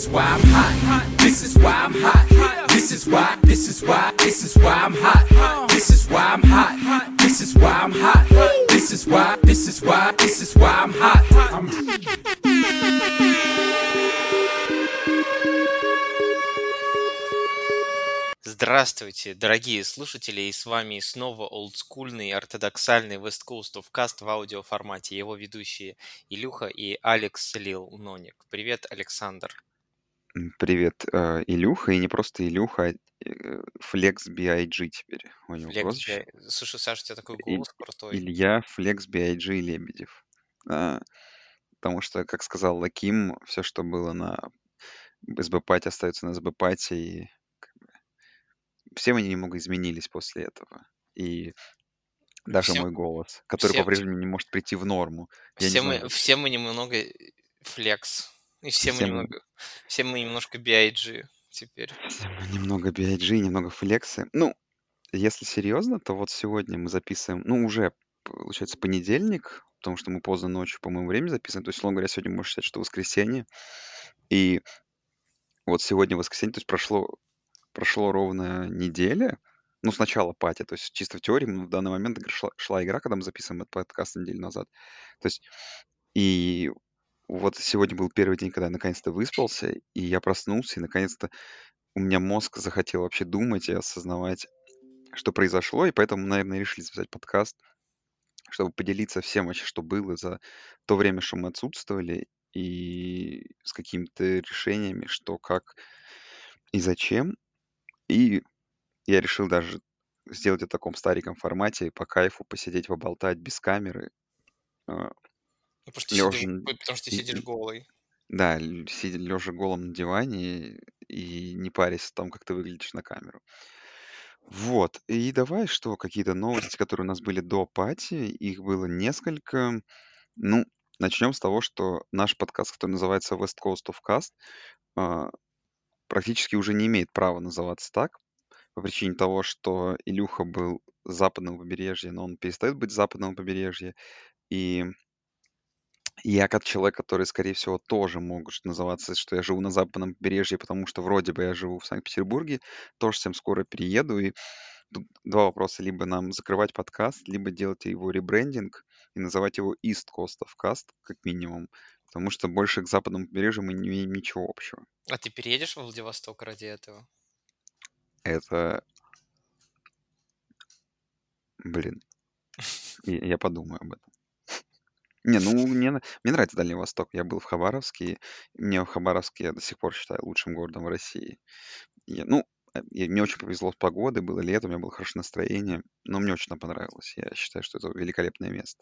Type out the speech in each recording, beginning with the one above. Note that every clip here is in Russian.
why I'm hot. This is why I'm hot. This is why I'm hot. This is why I'm hot. This is why I'm hot. This is why I'm hot. Здравствуйте, дорогие слушатели, и с вами снова олдскульный, ортодоксальный West Coast of Cast в аудиоформате. Его ведущие Илюха и Алекс Лил Ноник. Привет, Александр. Привет, Илюха, и не просто Илюха, Flex BIG теперь у него прозвище. Слушай, Саша, у тебя такой И- голос крутой. Илья Flex BIG Лебедев. А, Потому что, как сказал Лаким, все, что было на СБ-пате, остается на СБ-пате, и как бы все мы немного изменились после этого. И даже Все, мой голос, который все, по-прежнему не может прийти в норму. Я не знаю, все мы немного флекс. И все мы, все мы немножко BIG теперь. все мы немного BIG, немного флексы. Ну, если серьезно, то вот сегодня мы записываем, ну, уже, получается, понедельник, потому что мы поздно ночью, по моему времени записываем. То есть, условно говоря, сегодня можно считать, что воскресенье. И вот сегодня воскресенье, то есть прошло ровно неделя, ну, с начала пати, то есть чисто в теории в данный момент шла игра, когда мы записываем этот подкаст неделю назад. То есть, и вот сегодня был первый день, когда я наконец-то выспался, и я проснулся, и наконец-то у меня мозг захотел вообще думать и осознавать, что произошло, и поэтому, наверное, решили записать подкаст, чтобы поделиться всем вообще, что было за то время, что мы отсутствовали, и с какими-то решениями, что, как и зачем. И я решил даже сделать это в таком стареньком формате, по кайфу посидеть, поболтать без камеры, Ну, лежа, потому что ты сидишь голый. да, сидя лежа голым на диване и не парясь о том, как ты выглядишь на камеру. Вот. И давай, что какие-то новости, которые у нас были до пати, их было несколько. Ну, начнем с того, что наш подкаст, который называется West Coast of Cast, а, практически уже не имеет права называться так, по причине того, что Илюха был с западного побережья, но он перестает быть с западного побережья. И я как человек, который, скорее всего, тоже может называться, что я живу на западном побережье, потому что вроде бы я живу в Санкт-Петербурге, тоже совсем скоро перееду. И тут два вопроса. Либо нам закрывать подкаст, либо делать его ребрендинг и называть его East Coast of Cast, как минимум. Потому что больше к западному побережью мы не имеем ничего общего. А ты переедешь в Владивосток ради этого? Это, блин, я подумаю об этом. Не, ну, мне нравится Дальний Восток. Я был в Хабаровске. И мне в Хабаровске я до сих пор считаю лучшим городом в России. Ну, мне очень повезло с погодой, было лето, у меня было хорошее настроение, но мне очень там понравилось. Я считаю, что это великолепное место.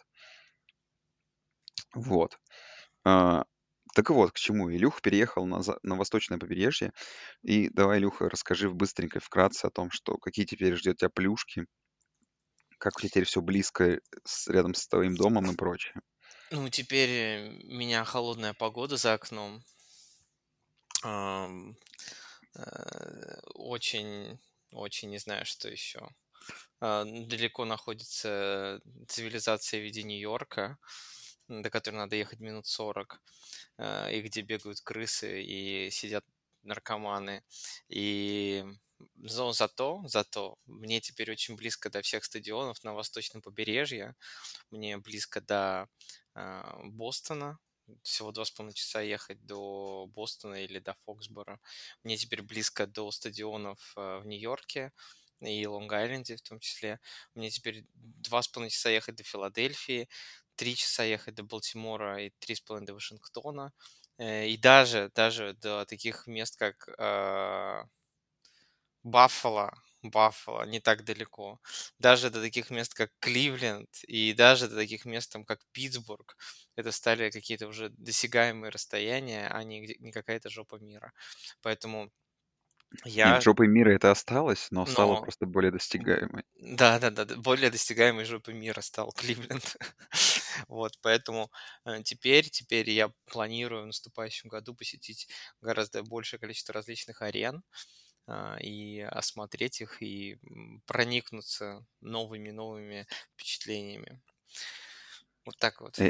Вот. А, Так вот, к чему. Илюха переехал на восточное побережье. И давай, Илюха, расскажи быстренько, вкратце о том, что какие теперь ждет тебя плюшки, как у тебя теперь все близко рядом с твоим домом и прочее. Ну, теперь меня холодная погода за окном. Ам, Очень, очень не знаю, что еще. Далеко находится цивилизация в виде Нью-Йорка, до которой надо ехать минут 40, и где бегают крысы и сидят наркоманы. И зато мне теперь очень близко до всех стадионов на восточном побережье. Мне близко до Бостона. Всего 2,5 часа ехать до Бостона или до Фоксборо. Мне теперь близко до стадионов в Нью-Йорке и Лонг-Айленде в том числе. Мне теперь 2,5 часа ехать до Филадельфии, 3 часа ехать до Балтимора и 3,5 до Вашингтона. И даже до таких мест, как Баффало не так далеко. Даже до таких мест, как Кливленд, и даже до таких мест, там, как Питтсбург. Это стали какие-то уже досягаемые расстояния, а не какая-то жопа мира. Поэтому Нет, я, жопой мира это осталось, но стало но просто более достигаемой. да, более достигаемой жопой мира стал Кливленд. Вот, поэтому теперь я планирую в наступающем году посетить гораздо большее количество различных арен, и осмотреть их, и проникнуться новыми впечатлениями. Вот так вот.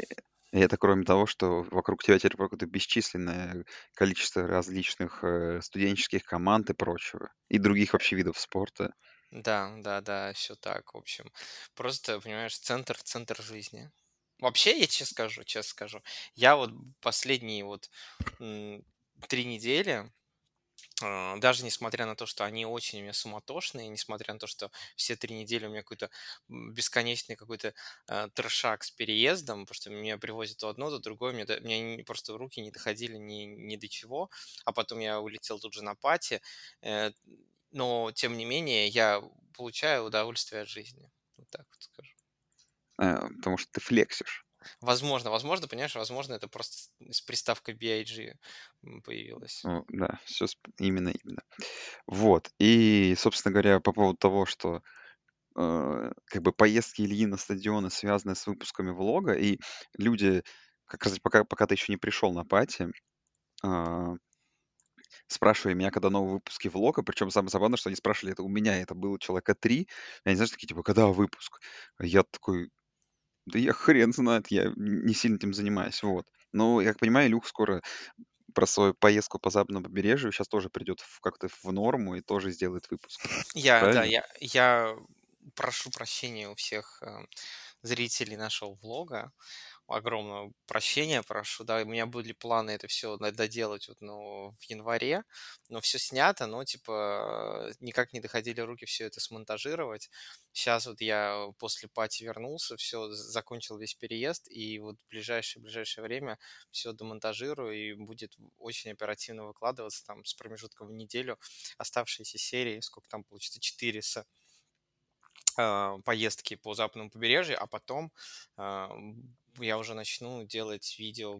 И это кроме того, что вокруг тебя теперь какое-то бесчисленное количество различных, студенческих команд и прочего, и других вообще видов спорта. Да, да, все так, в общем. Просто, понимаешь, центр жизни. Вообще, я честно скажу, я вот последние вот 3 недели, даже несмотря на то, что они очень у меня суматошные, несмотря на то, что все 3 недели у меня какой-то бесконечный какой-то трешак с переездом, потому что меня привозят то одно, то другое, мне просто руки не доходили ни до чего, а потом я улетел тут же на пати, э, но тем не менее я получаю удовольствие от жизни. Вот так вот скажу. Потому что ты флексишь. Возможно, понимаешь, возможно, это просто с приставкой BIG появилось. Ну да, все именно. Вот. И, собственно говоря, по поводу того, что, как бы поездки Ильи на стадионы связаны с выпусками влога, и люди, как раз пока ты еще не пришел на пати, а, спрашивали меня, когда новые выпуски влога, причем самое забавное, что они спрашивали это у меня, это было человека 3, и они, знаешь, такие типа: "Когда выпуск?" А я такой: "Да я хрен знает, я не сильно этим занимаюсь". Вот. Но, я так понимаю, Илюха скоро про свою поездку по западному побережью сейчас тоже придет как-то в норму и тоже сделает выпуск. Я, да, Правильно? я прошу прощения у всех зрителей нашего влога. Огромного прощения прошу. Да, у меня были планы это все доделать вот, ну, в январе, но все снято, но типа никак не доходили руки все это смонтажировать. Сейчас вот я после пати вернулся, все закончил весь переезд, и вот в ближайшее время все домонтажирую, и будет очень оперативно выкладываться там с промежутком в неделю оставшиеся серии, сколько там получится, 4 поездки по западному побережью, а потом я уже начну делать видео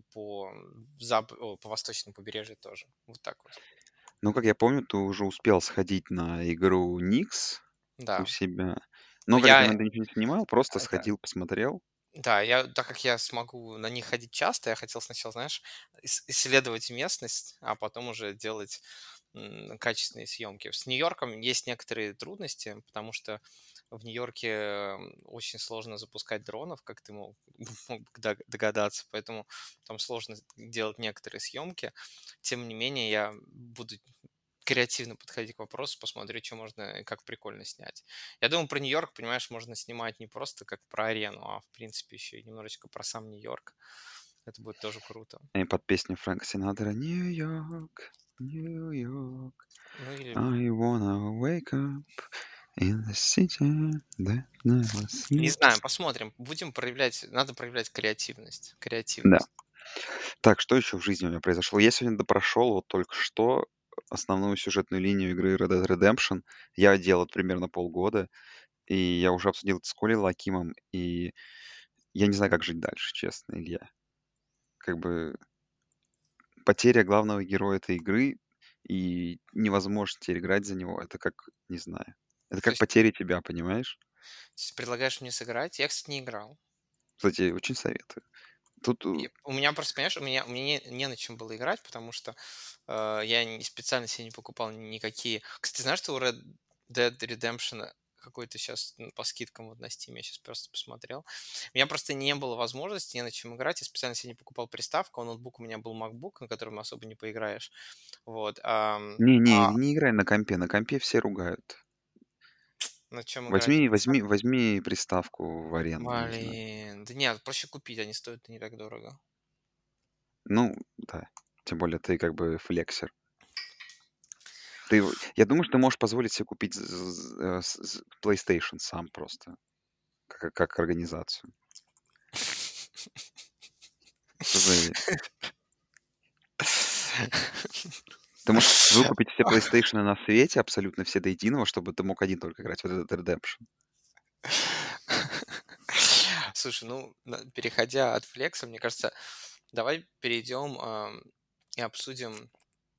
по восточному побережью тоже. Вот так вот. Ну, как я помню, ты уже успел сходить на игру Никс у Да. себя. Но Но, как я понимаю, ты ничего не снимал, просто да, сходил, посмотрел. да, так как я смогу на них ходить часто, я хотел сначала, знаешь, исследовать местность, а потом уже делать качественные съемки. С Нью-Йорком есть некоторые трудности, потому что в Нью-Йорке очень сложно запускать дронов, как ты мог бы догадаться, поэтому там сложно делать некоторые съемки. Тем не менее, я буду креативно подходить к вопросу, посмотрю, что можно и как прикольно снять. Я думаю, про Нью-Йорк, понимаешь, можно снимать не просто как про арену, а в принципе еще и немножечко про сам Нью-Йорк. Это будет тоже круто. И под песню Фрэнка Синатра "Нью-Йорк, Нью-Йорк, Ну или, I wanna wake up in the city that never не знаю, sleeps". посмотрим. Надо проявлять креативность. Да. Креативность. Так, что еще в жизни у меня произошло? Я сегодня допрошел вот только что основную сюжетную линию игры Red Dead Redemption. Я делал это примерно полгода, и я уже обсудил это с Колей Лакимом, и я не знаю, как жить дальше, честно, Илья. Как бы потеря главного героя этой игры и невозможность теперь играть за него, это как, не знаю, это То как есть, потеря тебя, понимаешь? предлагаешь мне сыграть? Я, кстати, не играл. Кстати, очень советую. Тут, У меня просто, понимаешь, у меня не на чем было играть, потому что я специально себе не покупал никакие. Кстати, знаешь, что у Red Dead Redemption какой-то сейчас по скидкам вот на Steam, я сейчас просто посмотрел. У меня просто не было возможности, не на чем играть. Я специально себе не покупал приставку, а ноутбук у меня был MacBook, на котором особо не поиграешь. Вот. не играй на компе все ругают. На чем играть на Возьми, приставке? возьми, возьми приставку в аренду, не знаю. Блин, да нет, проще купить, они стоят не так дорого. Ну, да. Тем более ты как бы флексер. Я думаю, что ты можешь позволить себе купить PlayStation сам просто, как организацию. Что за... Ты можешь выкупить все PlayStation на свете, абсолютно все до единого, чтобы ты мог один только играть в этот Redemption. Слушай, ну, переходя от флекса, мне кажется, давай перейдем и обсудим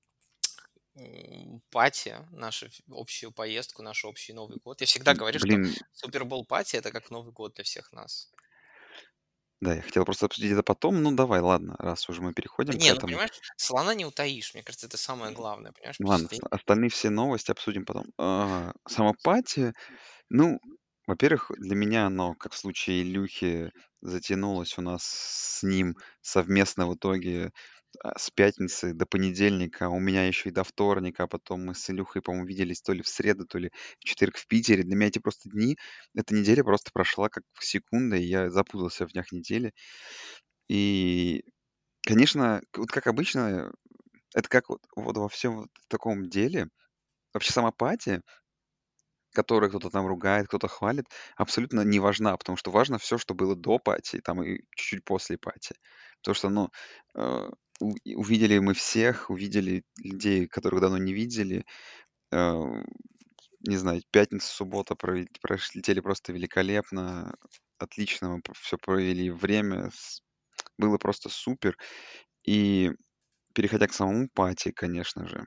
пати, нашу общую поездку, наш общий Новый год. Я всегда говорю, что Блин, Супербол пати это как Новый год для всех нас. да, я хотел просто обсудить это потом. Ну, давай, ладно, раз уже мы Да переходим к не, ну этому. понимаешь, слона не утаишь. Мне кажется, это самое главное, понимаешь, Ладно, впечатление. остальные все новости обсудим потом. Сама пати, ну, Во-первых, для меня оно, как в случае Илюхи, затянулось у нас с ним совместно в итоге с пятницы до понедельника, у меня еще и до вторника, а потом мы с Илюхой, по-моему, виделись то ли в среду, то ли в четверг в Питере. Для меня эти просто дни, эта неделя просто прошла как секунда, и я запутался в днях недели. И, конечно, вот как обычно, это как вот во всем вот таком деле, вообще сама пати, которую кто-то там ругает, кто-то хвалит, абсолютно не важна, потому что важно все, что было до пати, там и чуть-чуть после пати. Потому что, ну, э, увидели мы всех, увидели людей, которых давно не видели. Э, не знаю, пятница, суббота пролетели просто великолепно, отлично мы все провели время, было просто супер. И переходя к самому пати, конечно же,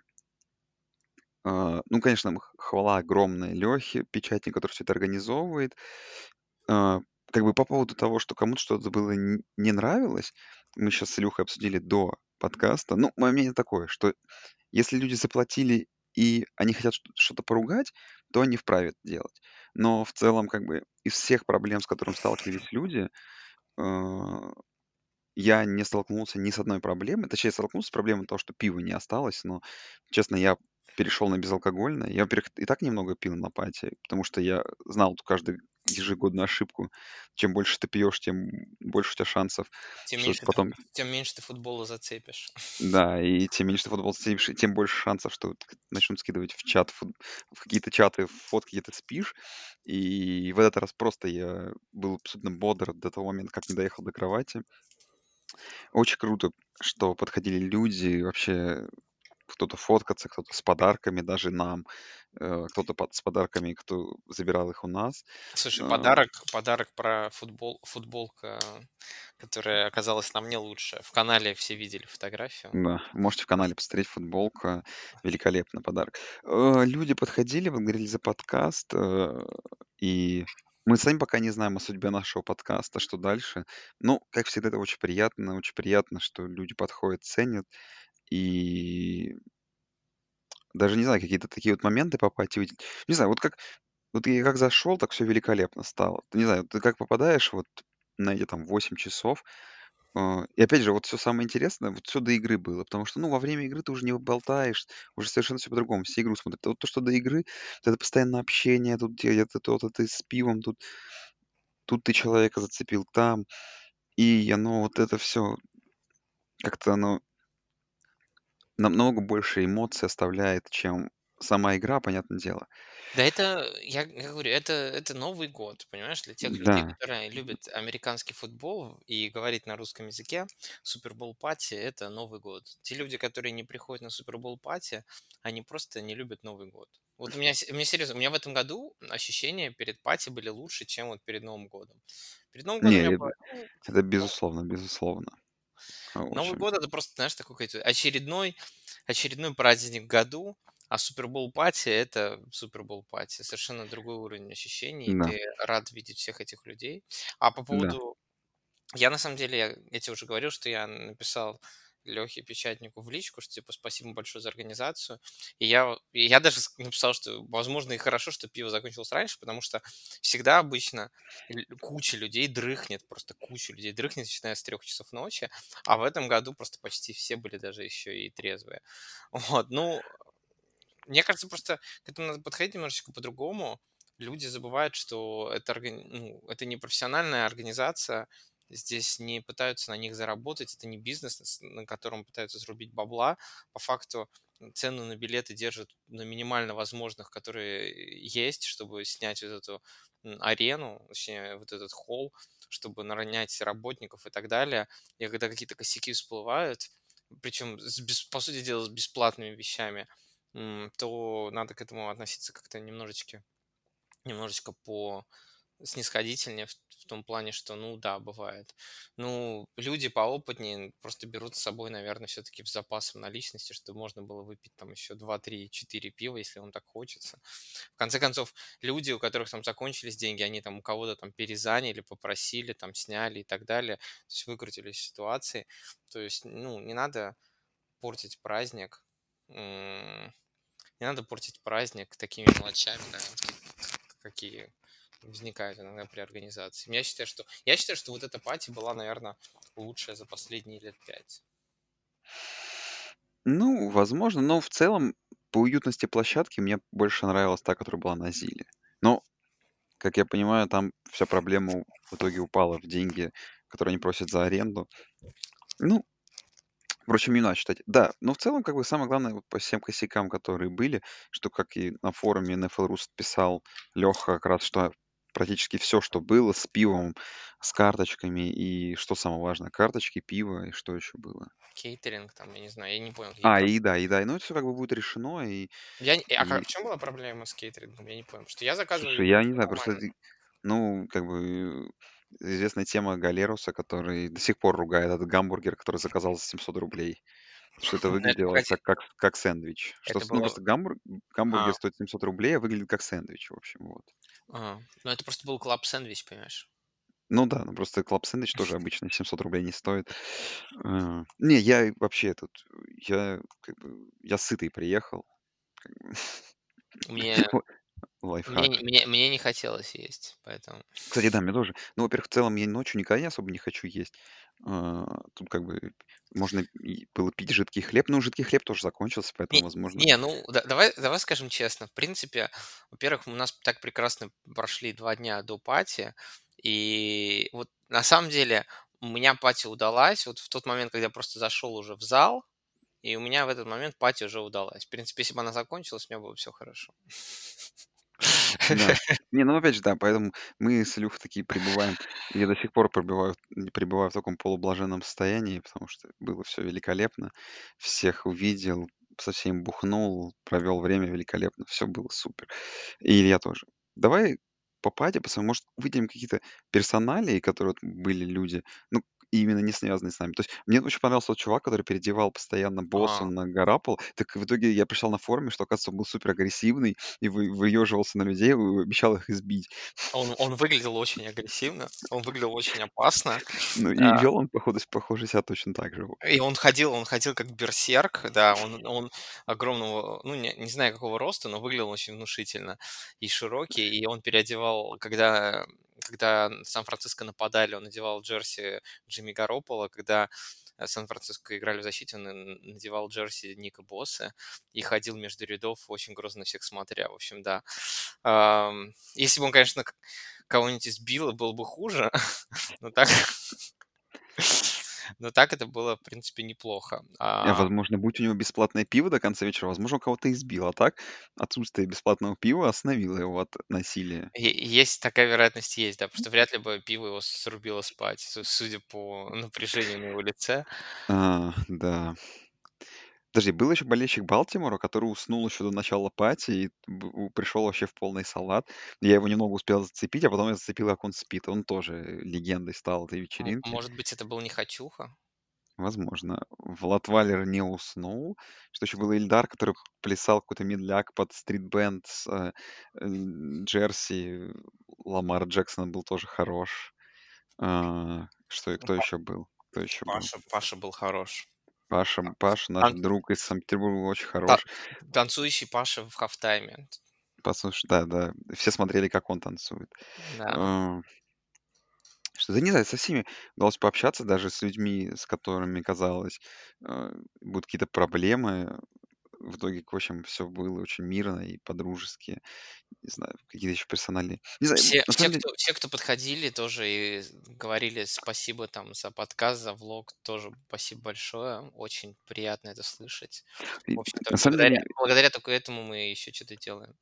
ну, конечно, хвала огромная Лехе, печатнику, который все это организовывает. А, как бы по поводу того, что кому-то что-то было не нравилось, мы сейчас с Илюхой обсудили до подкаста. Ну, мое мнение такое, что если люди заплатили и они хотят что-то поругать, то они вправе это делать. Но в целом, как бы, из всех проблем, с которыми сталкивались люди, а, я не столкнулся ни с одной проблемой. Точнее, столкнулся с проблемой того, что пива не осталось, но, честно, я перешел на безалкогольное. Я, во-первых, и так немного пил на пати, потому что я знал эту каждую ежегодную ошибку. Чем больше ты пьешь, тем больше у тебя шансов, Тем что меньше ты, потом... тем меньше ты футбола зацепишь. Да, и тем меньше ты футбол стримишь, и тем больше шансов, что вот начнут скидывать в чат, в какие-то чаты фотки, где ты спишь. И в этот раз просто я был абсолютно бодр до того момента, как не доехал до кровати. Очень круто, что подходили люди, вообще кто-то фоткаться, кто-то с подарками даже нам, кто-то с подарками, кто забирал их у нас. Слушай, А, подарок про футболка, которая оказалась на мне лучше. В канале все видели фотографию. да, можете в канале посмотреть, футболка, великолепный подарок. Люди подходили, благодарили за подкаст, и мы сами пока не знаем о судьбе нашего подкаста, что дальше. Ну, как всегда, это очень приятно, что люди подходят, ценят, и даже не знаю, какие-то такие вот моменты по пати увидеть. Не знаю, вот я как зашел, так все великолепно стало. Ты не знаю, ты как попадаешь вот на эти там 8 часов, и опять же, вот все самое интересное, вот все до игры было, потому что, ну, во время игры ты уже не болтаешь, уже совершенно все по-другому, все игру смотрят. А вот то, что до игры, вот это постоянное общение, тут где-то то-то ты с пивом, тут ты человека зацепил, там, и оно вот это все как-то оно намного больше эмоций оставляет, чем сама игра, понятное дело. Да это, я говорю, это Новый год, понимаешь, для тех людей, Да, которые любят американский футбол и говорить на русском языке, Супербол пати — это Новый год. Те люди, которые не приходят на Супербол пати, они просто не любят Новый год. Вот у меня серьезно, у меня в этом году ощущения перед пати были лучше, чем вот перед Новым годом. Перед Новым годом я не, бы, это ну, безусловно, безусловно, Новый очень. год — это просто, знаешь, такой какой-то очередной праздник в году, а Супербол пати — это Супербол пати. Совершенно другой уровень ощущений, и Да, ты рад видеть всех этих людей. А по да. поводу я на самом деле, я тебе уже говорил, что я написал Лехе Печатнику в личку, что типа спасибо большое за организацию. И я даже написал, что возможно и хорошо, что пиво закончилось раньше, потому что всегда обычно куча людей дрыхнет, просто куча людей дрыхнет, начиная с 3 часов ночи, а в этом году просто почти все были даже еще и трезвые. Вот, ну, мне кажется, просто к этому надо подходить немножечко по-другому. Люди забывают, что ну, это не профессиональная организация, здесь не пытаются на них заработать, это не бизнес, на котором пытаются зарубить бабла. По факту цену на билеты держат на минимально возможных, которые есть, чтобы снять вот эту арену, точнее, вот этот холл, чтобы наронять работников и так далее. И когда какие-то косяки всплывают, причем, по сути дела, с бесплатными вещами, то надо к этому относиться как-то немножечко по снисходительнее в том плане, что, ну да, бывает. Ну, люди поопытнее просто берут с собой, наверное, все-таки в запас наличности, чтобы можно было выпить там еще 2, 3, 4 пива, если вам так хочется. В конце концов, люди, у которых там закончились деньги, они там у кого-то там перезаняли, попросили, там сняли и так далее, то есть выкрутились из ситуации. То есть, ну, не надо портить праздник, м, не надо портить праздник такими мелочами, да, какие, возникают иногда при организации. Я считаю, что вот эта пати была, наверное, лучшая за последние лет 5. Ну, возможно, но в целом по уютности площадки мне больше нравилась та, которая была на Зиле. Но, как я понимаю, там вся проблема в итоге упала в деньги, которые они просят за аренду. Ну, впрочем, не надо считать. Да, но в целом, как бы самое главное, вот по всем косякам, которые были, что, как и на форуме NFL.rus писал Леха, как раз, что практически все, что было с пивом, с карточками, и что самое важное, карточки, пиво, и что еще было. Кейтеринг там, я не знаю, я не понял, какие А, проблемы. и еда. Ну, это все как бы будет решено, А и в чем была проблема с кейтерингом? Я не понял. Потому что я заказывал слушай, еду, я не все знаю, просто, нормально. ну, как бы известная тема Галеруса, который до сих пор ругает этот гамбургер, который заказал за 700 рублей. Что это Но это, выглядело погоди, как сэндвич. это Ну, было... просто А, гамбургер стоит 700 рублей, а выглядит как сэндвич, в общем, вот. ну это просто был клаб-сэндвич, понимаешь? Ну да, ну просто клаб сэндвич тоже обычно 700 рублей не стоит. Не, я вообще тут, я сытый приехал. как бы. Мне, О, мне, лайфхак. не- мне не хотелось есть, поэтому... Кстати, да, мне тоже. Ну, во-первых, в целом я ночью никогда особо не хочу есть. Тут как бы можно было пить жидкий хлеб, но жидкий хлеб тоже закончился, поэтому, Не, возможно. не, ну давай скажем честно. В принципе, во-первых, у нас так прекрасно прошли 2 дня до пати, и вот на самом деле у меня пати удалась вот в тот момент, когда я просто зашел уже в зал, и у меня в этот момент пати уже удалась. В принципе, если бы она закончилась, у меня было все хорошо. Да. Не, ну опять же, да, поэтому мы с Илюхой такие пребываем. Я до сих пор пребываю в таком полублаженном состоянии, потому что было все великолепно. Всех увидел, со всеми бухнул, провел время великолепно. Все было супер. И Илья тоже. Давай по паде, посмотрим, может, выделим какие-то персоналии, которые вот были люди, ну, именно не связанные с нами. То есть мне очень понравился тот чувак, который переодевал постоянно босса А, на Гарапол. Так в итоге я прочитал на форуме, что, оказывается, он был супер агрессивный и выеживался на людей, обещал их избить. он выглядел очень агрессивно, он выглядел очень опасно. Ну и А, вел он, походу, похоже, себя точно так же, в И общем. он ходил как берсерк, да, он огромного, ну, не знаю какого роста, но выглядел очень внушительно и широкий, и он переодевал, когда Сан-Франциско нападали, он надевал джерси Джимми Гарополо, когда Сан-Франциско играли в защите, он надевал джерси Ника Босса и ходил между рядов, очень грозно на всех смотря, в общем, да. Если бы он, конечно, кого-нибудь избил, было бы хуже, но так но так это было, в принципе, неплохо. Возможно, будь у него бесплатное пиво до конца вечера, возможно, он кого-то избил. А так отсутствие бесплатного пива остановило его от насилия. Есть такая вероятность, есть, да, потому что вряд ли бы пиво его срубило спать, судя по напряжению на его лице. Да. Подожди, был еще болельщик Балтимора, который уснул еще до начала пати и пришел вообще в полный салат. Я его немного успел зацепить, а потом я зацепил, как он спит. Он тоже легендой стал этой вечеринки. Может быть, это был не Хочуха? Возможно. Владвалер не уснул. Что еще было? Ильдар, который плясал какой-то медляк под стрит-бенд с Джерси. Ламар Джексон был тоже хорош. Кто Па- еще был? Кто еще был? Паша был хорош. Паша, наш Тан- друг из Санкт-Петербурга, очень та- хорош. Танцующий Паша в хафтайме. Послушай, да, все смотрели, как он танцует. Да. А, Что-то, не знаю, со всеми удалось пообщаться, даже с людьми, с которыми, казалось, будут какие-то проблемы. В итоге, в общем, все было очень мирно и по-дружески. Не знаю, какие-то еще персональные. Не знаю, Все, на все, самом деле, кто подходили, тоже и говорили спасибо там за подкаст, за влог, тоже спасибо большое. Очень приятно это слышать. и В общем-то, на самом деле, благодаря только этому мы еще что-то делаем.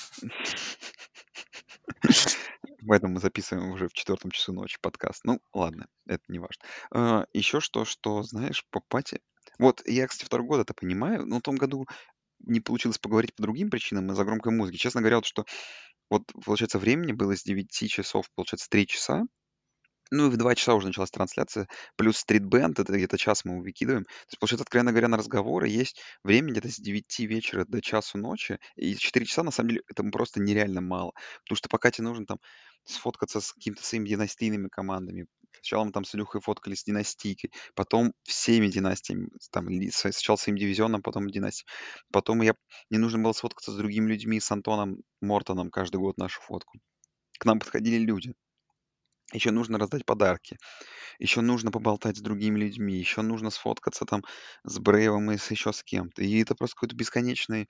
поэтому мы записываем уже в 4 часу ночи подкаст. Ну, ладно, это не важно. Еще что, знаешь, по пати. Вот, я, кстати, 2 год это понимаю, но в том году не получилось поговорить по другим причинам из-за громкой музыки. Честно говоря, вот что вот, получается, времени было с 9 часов, получается, 3 часа. Ну и в 2 часа уже началась трансляция, плюс стрит-бенд, это где-то час мы выкидываем. То есть, получается, откровенно говоря, на разговоры есть время где-то с 9 вечера до часу ночи, и 4 часа, на самом деле, это просто нереально мало. Потому что пока тебе нужно там сфоткаться с какими-то своими династийными командами, сначала мы там с Илюхой фоткались с династийкой, потом всеми династиями, там, сначала своим дивизионом, потом династией. Потом мне нужно было сфоткаться с другими людьми, с Антоном Мортоном каждый год нашу фотку. к нам подходили люди. Еще нужно раздать подарки, еще нужно поболтать с другими людьми, еще нужно сфоткаться там с Брейвом и еще с кем-то. И это просто какой-то бесконечный...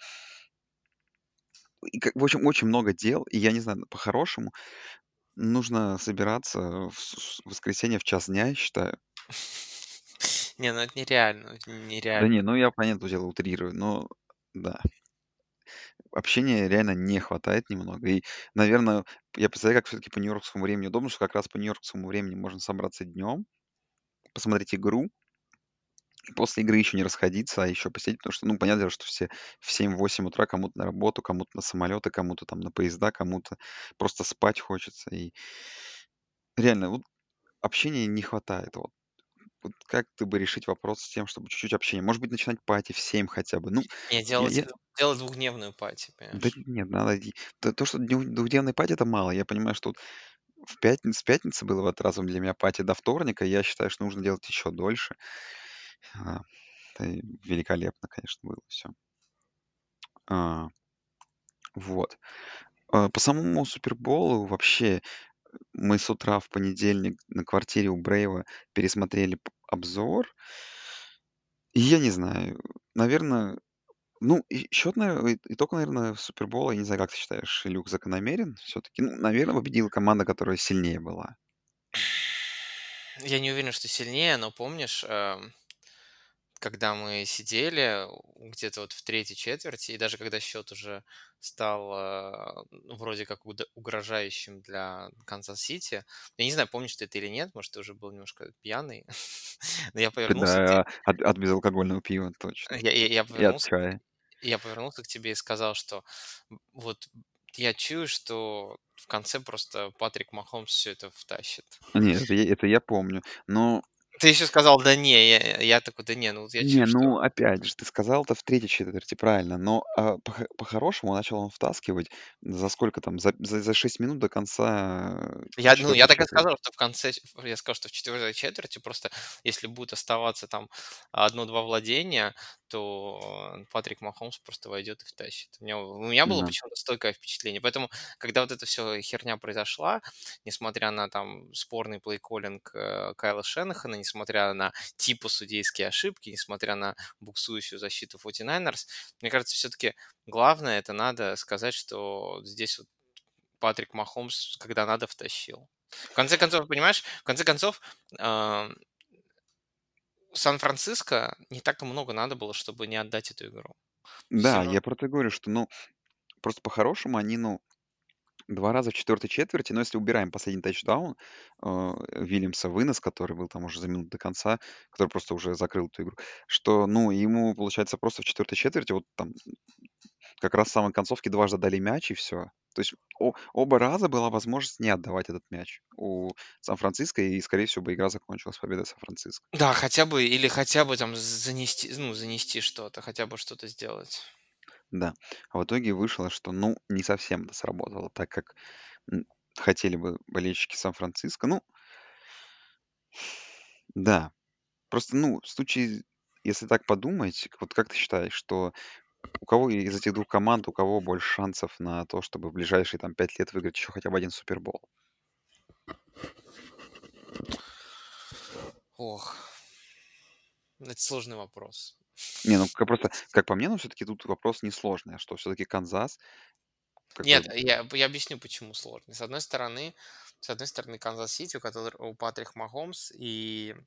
в общем, очень много дел, и я не знаю, по-хорошему нужно собираться в воскресенье в час дня, я считаю. Не, ну это нереально, это Да не, нереально. ну я, понятное дело, утрирую, но да, общения реально не хватает немного. И, наверное, я представляю, как все-таки по нью-йоркскому времени удобно, что как раз по нью-йоркскому времени можно собраться днем, посмотреть игру, и после игры еще не расходиться, а еще посидеть, потому что, ну, понятное дело, что все в 7-8 утра кому-то на работу, кому-то на самолеты, кому-то там на поезда, кому-то просто спать хочется. И реально, вот общения не хватает. Вот как ты бы решить вопрос с тем, чтобы чуть-чуть общения? Может быть, начинать пати в 7 хотя бы? Ну, Не, я делать двухдневную пати, да понимаешь? нет, надо то, что двухдневной пати — это мало. Я понимаю, что вот с пятницы было вот разом для меня пати до вторника. Я считаю, что нужно делать еще дольше. А, это великолепно, конечно, было все. Вот. По самому Суперболу вообще мы с утра в понедельник на квартире у Брейва пересмотрели обзор. И я не знаю, наверное, ну, и счет, наверное, итог, наверное, Супербола, я не знаю, как ты считаешь, Илюх, закономерен все-таки? Ну, наверное, победила команда, которая сильнее была. Я не уверен, что сильнее, но помнишь, когда мы сидели где-то вот в третьей четверти, и даже когда счет уже стал ну, вроде как угрожающим для Канзас-Сити, я не знаю, помнишь ты это или нет, может, ты уже был немножко пьяный, но я повернулся к тебе, Да, от безалкогольного пива, точно. я И от повернулся, чая. я повернулся к тебе и сказал, что вот я чую, что в конце просто Патрик Махомс все это втащит. Нет, это я помню. Но Ты еще сказал, да не, я такой, да не, ну вот я не, чую, что... ну, опять же, ты сказал это в третьей четверти, правильно, но, по-хорошему начал он втаскивать за сколько там, за 6 минут до конца, Я четвертой так и четверти. сказал, что в конце, я сказал, что в четвертой четверти просто, если будет оставаться там одно-два владения, то Патрик Махомс просто войдет и втащит. У меня было Да, почему-то стойкое впечатление. Поэтому, когда вот эта все херня произошла, несмотря на там спорный плей-коллинг Кайла Шенахана, несмотря на типа судейские ошибки, несмотря на буксующую защиту 49ers, мне кажется, все-таки главное, это надо сказать, что здесь вот Патрик Махомс, когда надо, втащил. В конце концов, понимаешь, в конце концов, а, Сан-Франциско не так и много надо было, чтобы не отдать эту игру. да, Всем нужно... я про это говорю, что, ну, просто по-хорошему они, ну, 2 раза в четвертой четверти, но если убираем последний тачдаун, Вильямса, вынос, который был там уже за минуту до конца, который просто уже закрыл эту игру, что, ну, ему, получается, просто в четвертой четверти вот там как раз в самой концовке дважды дали мяч, и все. То есть оба раза была возможность не отдавать этот мяч у Сан-Франциско, и, скорее всего, бы игра закончилась победой Сан-Франциско. Да, хотя бы, или хотя бы там занести, ну, занести что-то, хотя бы что-то сделать. Да. А в итоге вышло, что, ну, не совсем это сработало, так как м, хотели бы болельщики Сан-Франциско. Ну, да. Просто, ну, в случае, если так подумать, вот как ты считаешь, что у кого из этих двух команд, у кого больше шансов на то, чтобы в ближайшие там 5 лет выиграть еще хотя бы один Супербол? Ох, это сложный вопрос. Не, ну просто, как по мне, ну все-таки тут вопрос несложный, а что все-таки Канзас, как бы, Нет, я объясню, почему сложный. С одной стороны, Канзас-Сити, у Патрик Махомс, и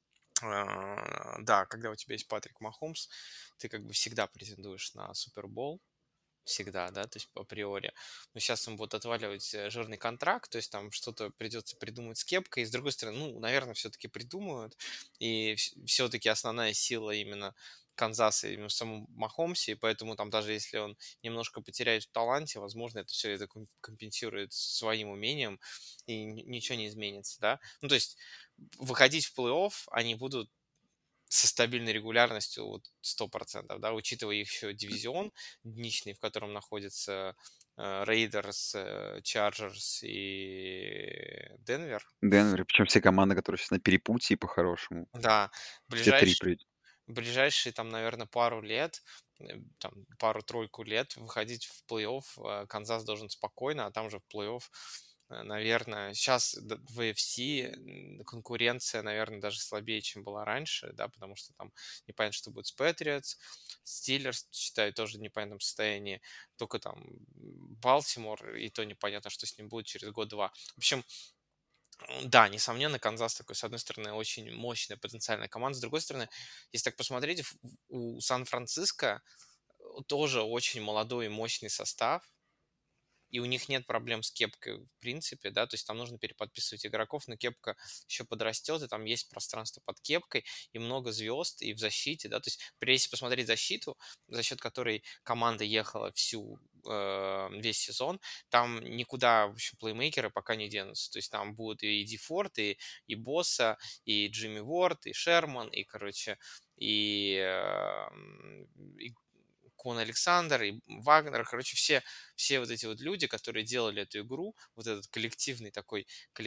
да, когда у тебя есть Патрик Махомс, ты как бы всегда претендуешь на Супербол, всегда, да, то есть априори. Но сейчас им будут отваливать жирный контракт, то есть там что-то придется придумать с кепкой. И с другой стороны, ну, наверное, все-таки придумают. И все-таки основная сила именно Канзаса именно в самом Махомсе, и поэтому там даже если он немножко потеряет в таланте, возможно, это все это компенсирует своим умением, и ничего не изменится, да. Ну, то есть выходить в плей-офф они будут со стабильной регулярностью вот 100%, да, учитывая их еще дивизион днищный, в котором находятся Рейдерс, Чарджерс и Денвер. Денвер, причем все команды, которые сейчас на перепутье по-хорошему, Да, все три ближайшие, придут. ближайшие там, наверное, пару лет, там, пару-тройку лет выходить в плей-офф Канзас должен спокойно, а там же в плей-офф Наверное, сейчас в AFC конкуренция, наверное, даже слабее, чем была раньше, да, потому что там непонятно, что будет с Patriots, Steelers, считаю, тоже в непонятном состоянии, только там Балтимор, и то непонятно, что с ним будет через год-два. В общем, да, несомненно, Канзас такой, с одной стороны, очень мощная потенциальная команда, с другой стороны, если так посмотреть, у Сан-Франциско тоже очень молодой и мощный состав, и у них нет проблем с кепкой в принципе, да, то есть там нужно переподписывать игроков, но кепка еще подрастет, и там есть пространство под кепкой, и много звезд, и в защите, да, то есть если посмотреть защиту, за счет которой команда ехала весь сезон, там никуда, в общем, плеймейкеры пока не денутся, то есть там будут и Ди Форд, и Босса, и Джимми Уорд, и Шерман, и, короче, и Кон Александр, и Вагнер, короче, все вот эти вот люди, которые делали эту игру, вот этот коллективный такой,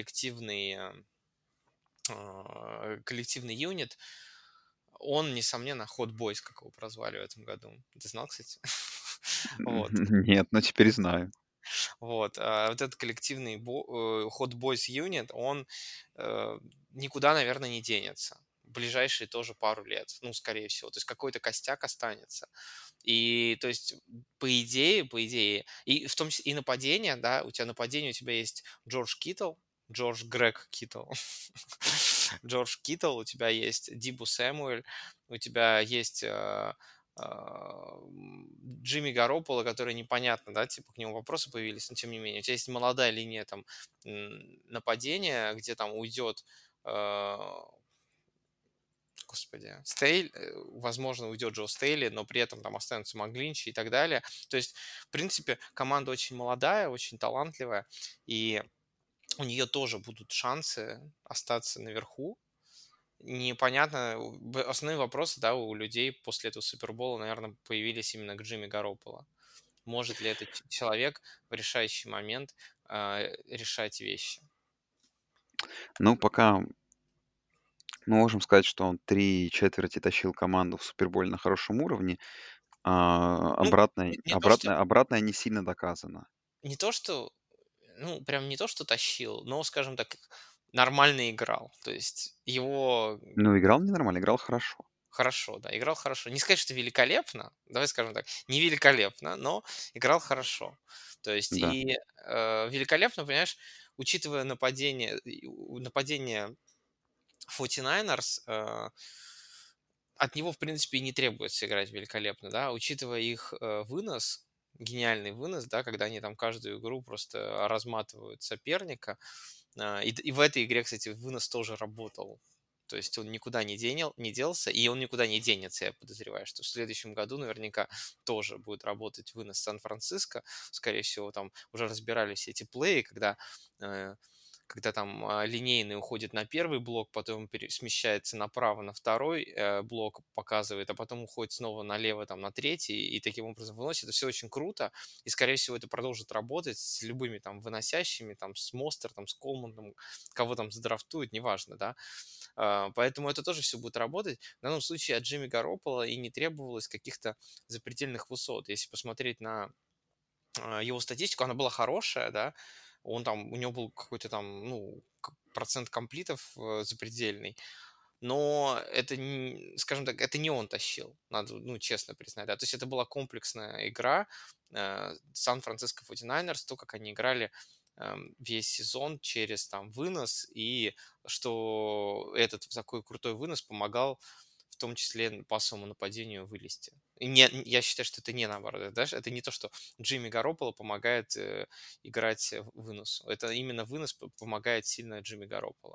коллективный юнит, он, несомненно, Hot Boys, как его прозвали в этом году. Ты знал, кстати? Вот. Нет, но теперь знаю. Вот этот коллективный Hot Boys Unit, он э, никуда, наверное, не денется. В ближайшие тоже пару лет, ну, скорее всего. То есть какой-то костяк останется. И, то есть, по идее, и в том числе и нападение, да, у тебя есть Джордж Грег Киттл, Джордж Киттл, у тебя есть Дибу Сэмуэль, у тебя есть Джимми Гарополо, который непонятно, да, типа к нему вопросы появились, но тем не менее. У тебя есть молодая линия там нападения, где там уйдет, господи, возможно, уйдет Джо Стейли, но при этом там останутся Маглинчи и так далее. То есть, в принципе, команда очень молодая, очень талантливая, и у нее тоже будут шансы остаться наверху. Непонятно, основные вопросы, да, у людей после этого Супербола, наверное, появились именно к Джимми Гарополо. Может ли этот человек в решающий момент решать вещи? Ну, пока мы можем сказать, что он 3 четверти тащил команду в суперболе на хорошем уровне, а Ну, обратное не то, что обратное обратное не сильно доказано. не то, что, ну, прям не то, что тащил, но, скажем так, нормально играл. То есть его Ну, играл не нормально, играл хорошо. хорошо, да, играл хорошо. Не сказать, что великолепно, давай скажем так, не великолепно, но играл хорошо. То есть Да. и великолепно, понимаешь, учитывая нападение 49ers, от него, в принципе, и не требуется играть великолепно, да, учитывая их вынос, гениальный вынос, да, когда они там каждую игру просто разматывают соперника. И в этой игре, кстати, вынос тоже работал. То есть он никуда не делся, и он никуда не денется, я подозреваю, что в следующем году наверняка тоже будет работать вынос Сан-Франциско. Скорее всего, там уже разбирали все эти плей, э, когда там линейный уходит на первый блок, потом смещается направо на второй блок, показывает, а потом уходит снова налево там на третий, и таким образом выносит. Это все очень круто, и, скорее всего, это продолжит работать с любыми там выносящими, там с Мостер, там с Колманом, кого там задрафтуют, неважно, да. Поэтому это тоже все будет работать. В данном случае от Джимми Гаропола и не требовалось каких-то запредельных высот. Если посмотреть на его статистику, она была хорошая, да, у него был какой-то там, ну, процент комплитов запредельный, но это, скажем так, это не он тащил, надо, ну, честно признать, да, то есть это была комплексная игра Сан-Франциско 49ers, то, как они играли весь сезон через там вынос, и что этот такой крутой вынос помогал в том числе пассовому нападению вылезти. Я считаю, что это не наоборот. Это не то, что Джимми Гарополо помогает играть выносу. Это именно вынос помогает сильно Джимми Гарополо.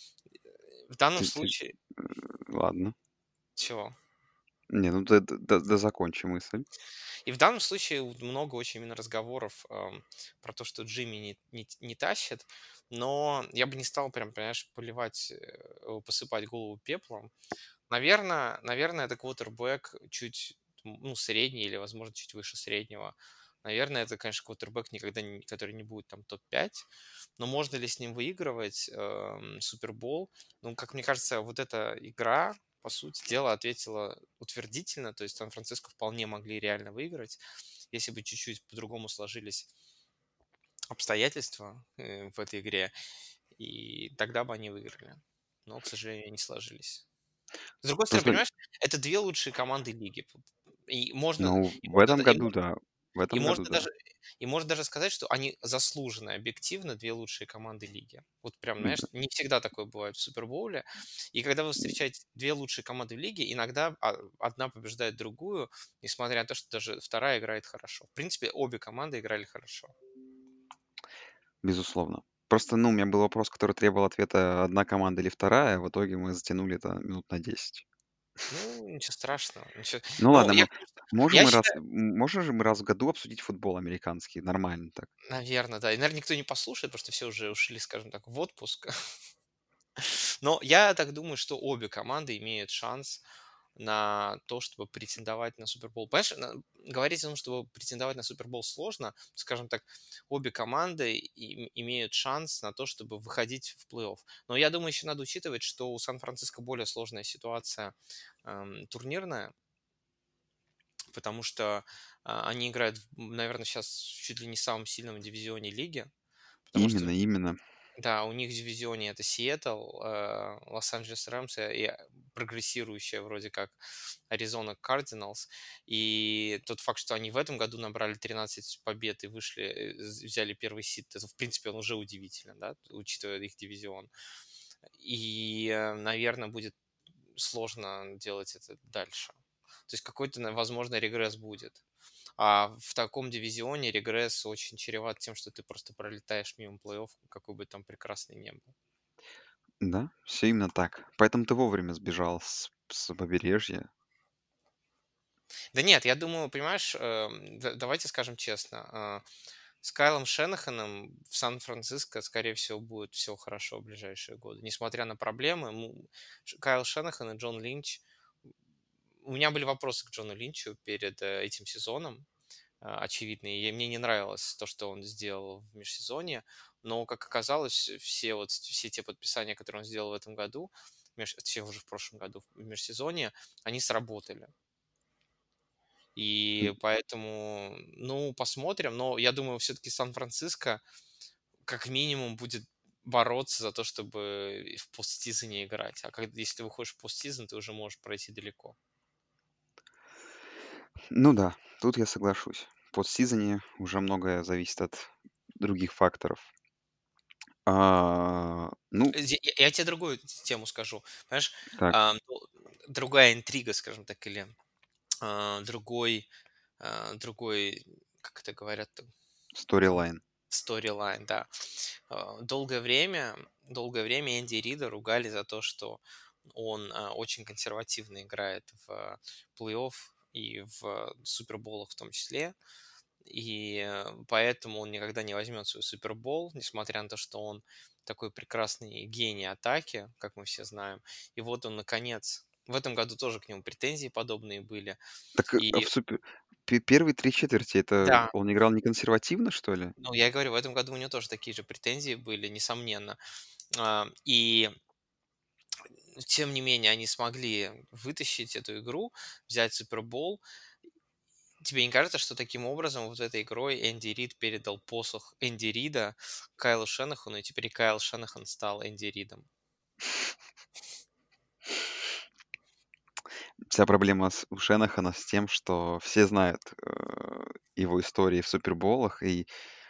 В данном Ты случае... ладно. Чего? Не, ну да закончи мысль. И в данном случае много очень именно разговоров про то, что Джимми не тащит, но я бы не стал прям, понимаешь, посыпать голову пеплом. Наверное, это квотербек чуть, ну, средний или, возможно, чуть выше среднего. Наверное, это, конечно, квотербек, который не будет там топ-5. Но можно ли с ним выигрывать Супербол? Ну, как мне кажется, вот эта игра, по сути дела, ответила утвердительно. То есть Сан-Франциско вполне могли реально выиграть, если бы чуть-чуть по-другому сложились обстоятельства в этой игре, и тогда бы они выиграли. Но, к сожалению, не сложились. С другой стороны, Просто, понимаешь, это две лучшие команды лиги. И можно, ну, и в можно, этом и году, можно, да. В и этом году, можно да. даже, и можно даже сказать, что они заслуженно, объективно две лучшие команды лиги. Вот прям, знаешь, Да. не всегда такое бывает в Супербоуле. И когда вы встречаете две лучшие команды в лиге, иногда одна побеждает другую, несмотря на то, что даже вторая играет хорошо. В принципе, обе команды играли хорошо. Безусловно. Просто, ну, у меня был вопрос, который требовал ответа одна команда или вторая. В итоге мы затянули это минут на 10. Ну, ничего страшного. Ничего. Ну Ну, ладно, я, мы конечно, можем я мы раз считаю, можем же мы раз в году обсудить футбол американский нормально так? наверное, да. И, наверное, никто не послушает, потому что все уже ушли, скажем так, в отпуск. Но я так думаю, что обе команды имеют шанс на то, чтобы претендовать на Супербол. Понимаешь, говорить о том, чтобы претендовать на Супербол сложно. Скажем так, обе команды имеют шанс на то, чтобы выходить в плей-офф. Но я думаю, еще надо учитывать, что у Сан-Франциско более сложная ситуация турнирная, потому что они играют, наверное, сейчас чуть ли не в самом сильном дивизионе лиги, потому что Именно, именно. да, у них в дивизионе это Сиэтл, Лос-Анджелес Рэмс и прогрессирующая вроде как Аризона Кардиналс. И тот факт, что они в этом году набрали 13 побед и вышли, взяли первый сид, это, в принципе, он уже удивителен, да, учитывая их дивизион. И, наверное, будет сложно делать это дальше. То есть какой-то, возможно, регресс будет. А в таком дивизионе регресс очень чреват тем, что ты просто пролетаешь мимо плей-офф, какой бы там прекрасный не был. Да, все именно так. Поэтому ты вовремя сбежал с побережья. Да нет, я думаю, понимаешь, давайте скажем честно, с Кайлом Шенаханом в Сан-Франциско, скорее всего, будет все хорошо в ближайшие годы. Несмотря на проблемы, Кайл Шенахан и Джон Линч. У меня были вопросы к Джону Линчу перед этим сезоном, очевидные. И мне не нравилось то, что он сделал в межсезонье. Но, как оказалось, все те подписания, которые он сделал в этом году, точнее, уже в прошлом году в межсезонье, они сработали. М, И поэтому, ну, посмотрим. Но я думаю, все-таки Сан-Франциско как минимум будет бороться за то, чтобы в постсезоне играть. А если ты выходишь в постсезон, ты уже можешь пройти далеко. Ну да, тут я соглашусь. В постсезоне уже многое зависит от других факторов. Ну, Я тебе другую тему скажу. Понимаешь, так, ну, другая интрига, скажем так, или другой, другой, как это говорят, сторилайн. сторилайн, да. Долгое время Энди Рида ругали за то, что он очень консервативно играет в плей-офф и в суперболах в том числе. И поэтому он никогда не возьмет свой супербол, несмотря на то, что он такой прекрасный гений атаки, как мы все знаем. И вот он, наконец, в этом году тоже к нему претензии подобные были. Так И в первые 3 четверти это да, он играл не консервативно, что ли? ну, я и говорю, в этом году у него тоже такие же претензии были, несомненно. И тем не менее они смогли вытащить эту игру, взять Супербол. Тебе не кажется, что таким образом вот этой игрой Энди Рид передал посох Энди Рида Кайлу Шенахану, и теперь и Кайл Шенахан стал Энди Ридом? Вся проблема у Шенахана с тем, что все знают, его истории в суперболах, и,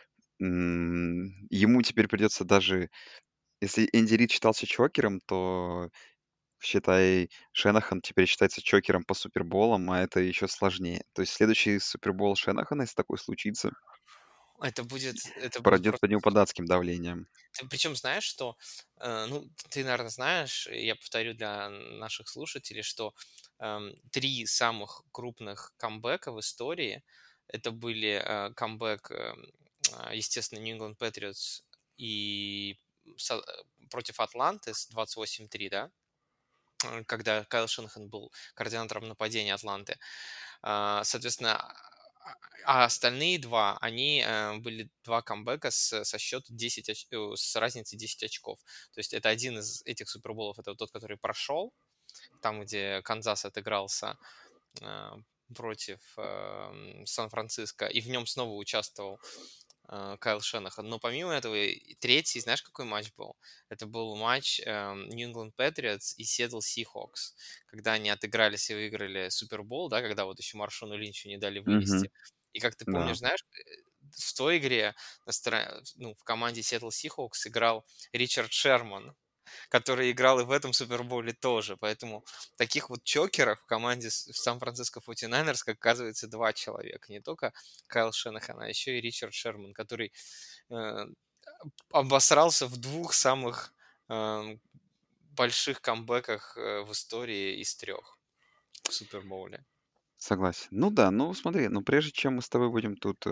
ему теперь придется даже если Энди Рид считался чокером, то, считай, Шенахан теперь считается чокером по суперболам, а это еще сложнее. То есть следующий супербол Шенахана, если такое случится, Это будет пройдет просто под него под супер. адским давлением. Ты причем знаешь, что, ну, ты, наверное, знаешь, и я повторю для наших слушателей, что 3 самых крупных камбэка в истории это были камбэк, естественно, New England Patriots и против Атланты с 28-3, да, когда Кайл Шенахан был координатором нападения Атланты. Соответственно, а остальные два, они были два камбэка со счета 10 с разницей 10 очков. То есть это один из этих суперболов, это вот тот, который прошел, там, где Канзас отыгрался э, против Сан-Франциско, и в нем снова участвовал Кайл Шенахан. Но помимо этого, и третий, знаешь, какой матч был? Это был матч New England Patriots и Seattle Seahawks, когда они отыгрались и выиграли Супербол, да, когда вот еще Маршону Линчу не дали Мгм. вывести. И как ты Да. помнишь, знаешь, в той игре ну, в команде Seattle Seahawks играл Ричард Шерман, который играл и в этом Суперболе тоже. Поэтому таких вот чокеров в команде Сан-Франциско 49 как оказывается, два человека. Не только Кайл Шенахан, а еще и Ричард Шерман, который э, обосрался в двух самых больших камбэках в истории из трех в Супербоуле. Согласен. Ну да, ну смотри, ну прежде чем мы с тобой будем тут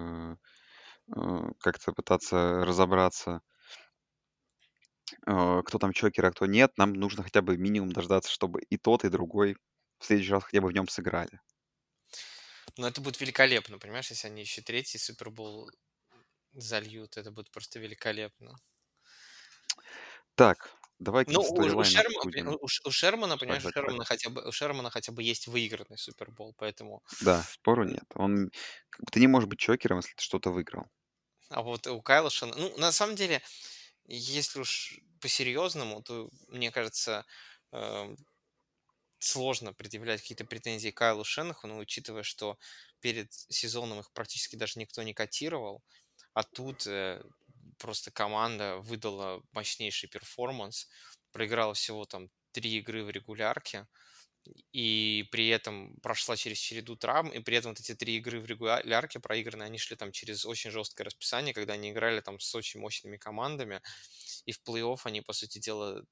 как-то пытаться разобраться, кто там чокер, а кто нет, нам нужно хотя бы минимум дождаться, чтобы и тот, и другой в следующий раз хотя бы в нем сыграли. Но это будет великолепно, понимаешь, если они еще третий Супербол зальют, это будет просто великолепно. Так, давай Ну, какие-то сторилайны обсудим. У Шермана, Так, понимаешь, так, так. у Шермана хотя бы есть выигранный Супербол, поэтому... Да, спору м, нет. Он, как бы, ты не можешь быть чокером, если ты что-то выиграл. А вот у Кайла ну, на самом деле, если уж по-серьезному, то, мне кажется, э, сложно предъявлять какие-то претензии Кайлу Шенахану, учитывая, что перед сезоном их практически даже никто не котировал, а тут просто команда выдала мощнейший перформанс, проиграла всего там 3 игры в регулярке, и при этом прошла через череду травм, и при этом вот эти 3 игры в регулярке проигранные, они шли там через очень жесткое расписание, когда они играли там с очень мощными командами, и в плей-офф они, по сути дела,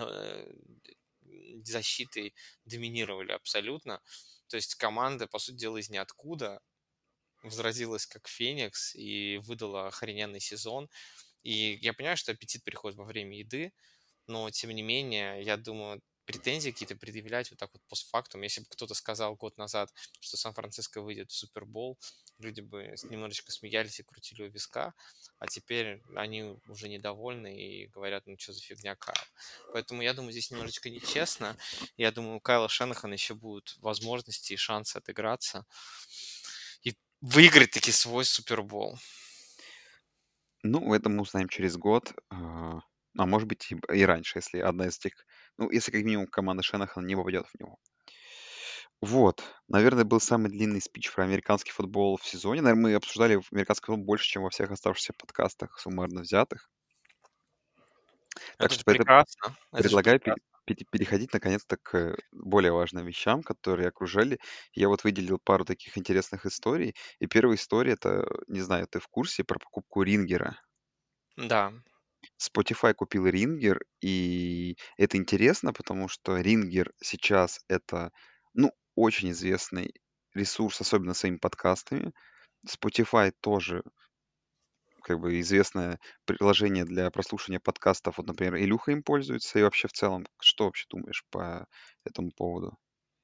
защитой доминировали абсолютно. То есть команда, по сути дела, из ниоткуда возродилась как Феникс и выдала охрененный сезон. И я понимаю, что аппетит приходит во время еды, но тем не менее, я думаю, претензии какие-то предъявлять вот так вот постфактум. Если бы кто-то сказал год назад, что Сан-Франциско выйдет в Супербол, люди бы немножечко смеялись и крутили у виска, а теперь они уже недовольны и говорят, ну что за фигня, Кайл. Поэтому я думаю, здесь немножечко нечестно. Я думаю, у Кайла Шенахана еще будут возможности и шансы отыграться и выиграть таки свой Супербол. Ну, это мы узнаем через год, а может быть и раньше, если одна из этих, ну, если как минимум команда Шенахана не попадет в него. Вот, наверное, был самый длинный спич про американский футбол в сезоне. Наверное, мы обсуждали американский футбол больше, чем во всех оставшихся подкастах суммарно взятых. Так Это что же прекрасно. Это же предлагаю прекрасно. переходить наконец-то к более важным вещам, которые окружали. Я вот выделил пару таких интересных историй. И первая история — это, не знаю, ты в курсе про покупку Рингера? Да. Spotify купил Рингер, и это интересно, потому что Рингер сейчас — это, ну, очень известный ресурс, особенно своими подкастами. Spotify тоже как бы известное приложение для прослушивания подкастов. Вот, например, Илюха им пользуется. И вообще в целом, что вообще думаешь по этому поводу?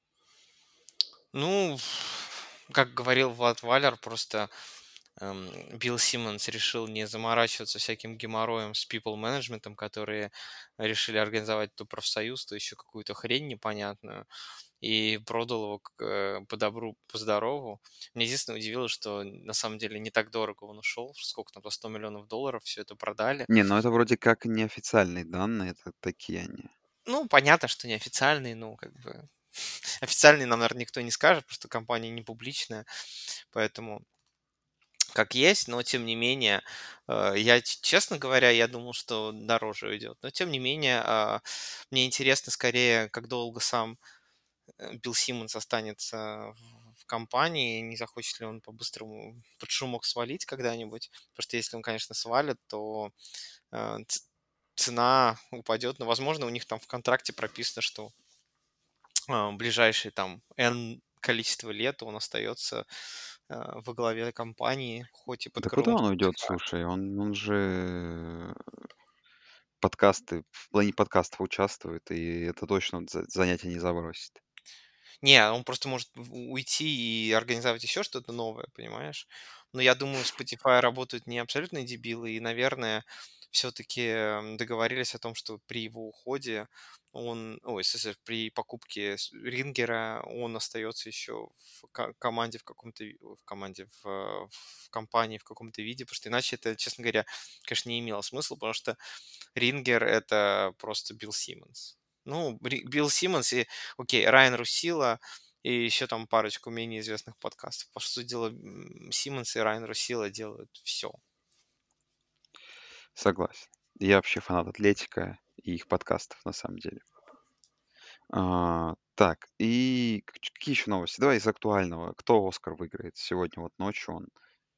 Ну, как говорил Влад Валер, просто Билл Симмонс решил не заморачиваться всяким геморроем с people менеджментом, которые решили организовать то профсоюз, то еще какую-то хрень непонятную, и продал его по добру, по здорову. Мне единственное удивило, что на самом деле не так дорого он ушел, сколько там, за $100 миллионов все это продали. Не, ну это вроде как неофициальные данные, это такие они. Ну, понятно, что неофициальный, ну, как бы... Официальный нам, наверное, никто не скажет, потому что компания не публичная, поэтому как есть, но тем не менее, я, честно говоря, я думал, что дороже уйдет. Но тем не менее, мне интересно скорее, как долго сам Билл Симмонс останется в компании, не захочет ли он по-быстрому под шумок свалить когда-нибудь. Потому что если он, конечно, свалит, то э, ц- цена упадет. Но, возможно, у них там в контракте прописано, что ближайшие там N количество лет он остается во главе компании, хоть и под Да куда крылом он уйдет, Spotify. слушай? Он же подкасты, в плане подкастов участвует, и это точно занятие не забросит. Не, он просто может уйти и организовать еще что-то новое, понимаешь? Но я думаю, в Spotify работают не абсолютные дебилы, и, наверное, все-таки договорились о том, что при его уходе ой, в смысле, при покупке Рингера он остается еще в команде в каком-то, в команде, в компании в каком-то виде, потому что иначе это, честно говоря, конечно, не имело смысла, потому что Рингер это просто Билл Симмонс. Ну, Билл Симмонс и, окей, Райан Русило и еще там парочку менее известных подкастов. По сути дела, Симмонс и Райан Русило делают все. Согласен. Я вообще фанат Атлетика и их подкастов, на самом деле. Так, и какие еще новости? Давай из актуального. Кто Оскар выиграет сегодня, вот ночью он?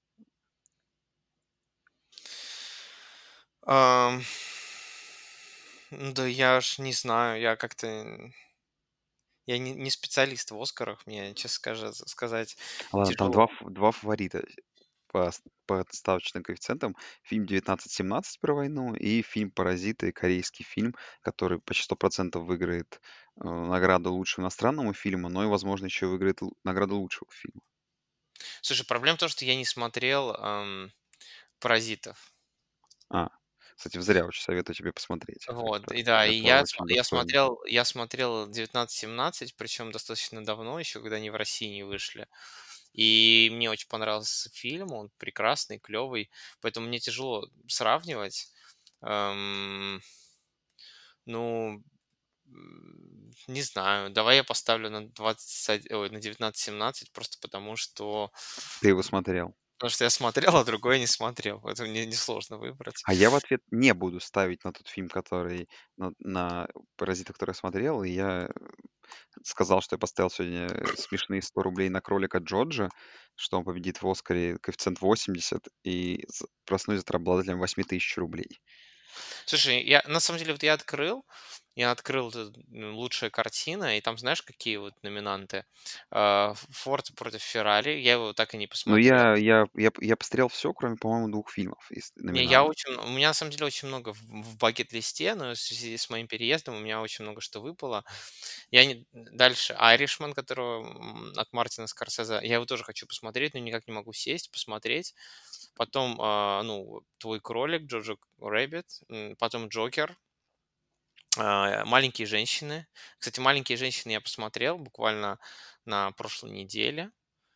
Да я ж не знаю, я как-то... Я не специалист в Оскарах, мне, честно сказать, Ладно, там тяжело. два фаворита по ставочным коэффициентам. Фильм «1917» про войну и фильм «Паразиты», корейский фильм, который почти 100% выиграет награду лучшего иностранному фильму, но и, возможно, еще выиграет награду лучшего фильма. Слушай, проблема в том, что я не смотрел «Паразитов». А, кстати, зря очень советую тебе посмотреть. Вот, и да, и Это очень достойно. я смотрел 1917, причем достаточно давно, еще когда они в России не вышли. И мне очень понравился фильм, он прекрасный, клевый, поэтому мне тяжело сравнивать. Эм, ну, не знаю, давай я поставлю на 1917 просто Ты его смотрел. потому что я смотрел, а другой не смотрел. Поэтому мне несложно выбрать. А я в ответ не буду ставить на тот фильм, который на «Паразита», который я смотрел. И я сказал, что я поставил сегодня смешные 100 рублей на кролика Джорджа, что он победит в «Оскаре» коэффициент 80, и проснусь завтра обладателем 8000 рублей. Слушай, на самом деле, вот я открыл этот, лучшая картина, и там знаешь, какие вот номинанты? Форд против Феррари, я его так и не Ну, посмотрел. я посмотрел все, кроме, по-моему, 2 фильмов из Не, номинантов. у меня на самом деле очень много в бакет-листе, но в связи с моим переездом у меня очень много что выпало. Дальше Айришман, которого от Мартина Скорсезе, я его тоже хочу посмотреть, но никак не могу сесть, посмотреть. Потом, ну, «Твой кролик», Джоджо Рэббит, потом «Джокер», «Маленькие женщины». Кстати, «Маленькие женщины» я посмотрел буквально на прошлой неделе.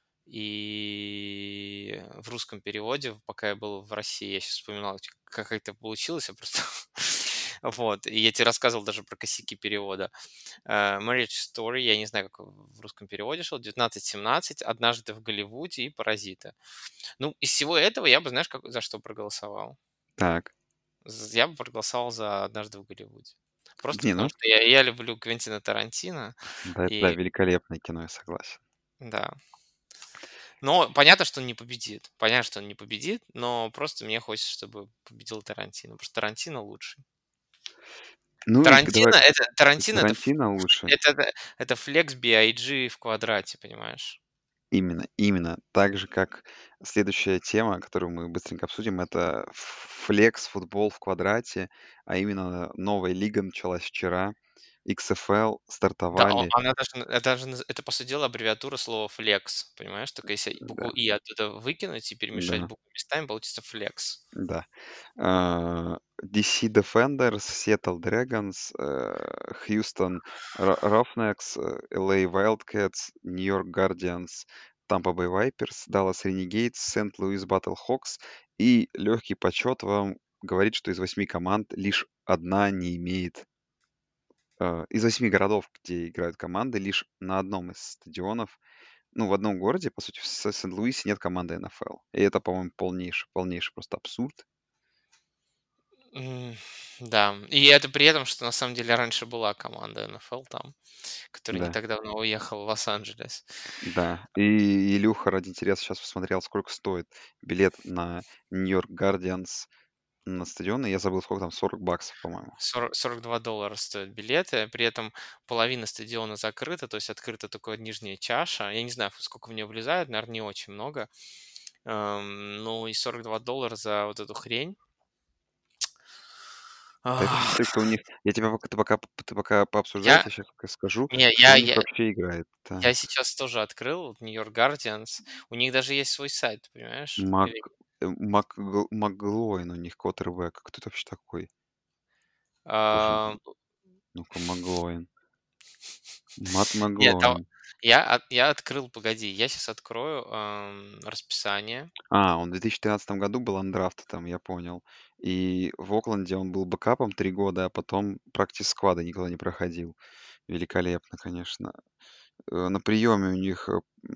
И в русском переводе, пока я был в России, я сейчас вспоминал, как это получилось, я просто... Вот, и я тебе рассказывал даже про косяки перевода. Marriage Story, я не знаю, как в русском переводе шел, 1917, «Однажды в Голливуде» и «Паразиты». Ну, из всего этого я бы, знаешь, за что проголосовал? Так. Я бы проголосовал за «Однажды в Голливуде». Просто Не, потому ну что я люблю Квентина Тарантино, да, это да, и великолепное кино, я согласен. да. Но понятно, что он не победит. Понятно, что он не победит, но просто мне хочется, чтобы победил Тарантино, потому что Тарантино лучший. Ну и давай Тарантино Тарантино лучше. это флекс BIG в квадрате, понимаешь? Именно. Так же, как следующая тема, которую мы быстренько обсудим, это флекс, футбол в квадрате, а именно новая лига началась вчера. XFL Да, стартовали. она это, по сути дела, аббревиатура слова флекс, понимаешь? Только если букву Да, «и» оттуда выкинуть и перемешать да, буквы местами, получится флекс. да. DC Defenders, Seattle Dragons, Houston Roughnecks, LA Wildcats, New York Guardians, Tampa Bay Vipers, Dallas Renegades, St. Louis Battlehawks. И легкий почет вам говорит, что из 8 команд лишь одна не имеет... Из 8 городов, где играют команды, лишь на одном из стадионов, ну, в одном городе, по сути, в Сент-Луисе нет команды НФЛ. И это, по-моему, полнейший просто абсурд. М, Да, и это при этом, что на самом деле раньше была команда НФЛ там, которая не Да. так давно уехала в Лос-Анджелес. Да, и Илюха ради интереса сейчас посмотрел, сколько стоит билет на Нью-Йорк Гардианс на стадион, и я забыл, сколько там, $40, по-моему. 42 доллара стоят билеты, при этом половина стадиона закрыта, то есть открыта только нижняя чаша. Я не знаю, сколько в нее влезает, наверное, не очень много. Ну и $42 за вот эту хрень. Да это Ах, посмотри, кто у них... Ты пока пообсуждаете, Я, я сейчас скажу, не, кто у них вообще играет. я Так, сейчас тоже открыл Нью-Йорк Гардианс. У них даже есть свой сайт, понимаешь? Мак... Маглоин у них квотербек. Кто это вообще такой? Должен А, быть. Ну-ка, Маглоин. Мат Нет, Маглоин. я открыл, погоди, я сейчас открою расписание. Он в 2013 году был андрафтом, я понял. И в Окленде он был бэкапом 3 года, а потом практис-сквада никогда не проходил. Великолепно, конечно. На приеме у них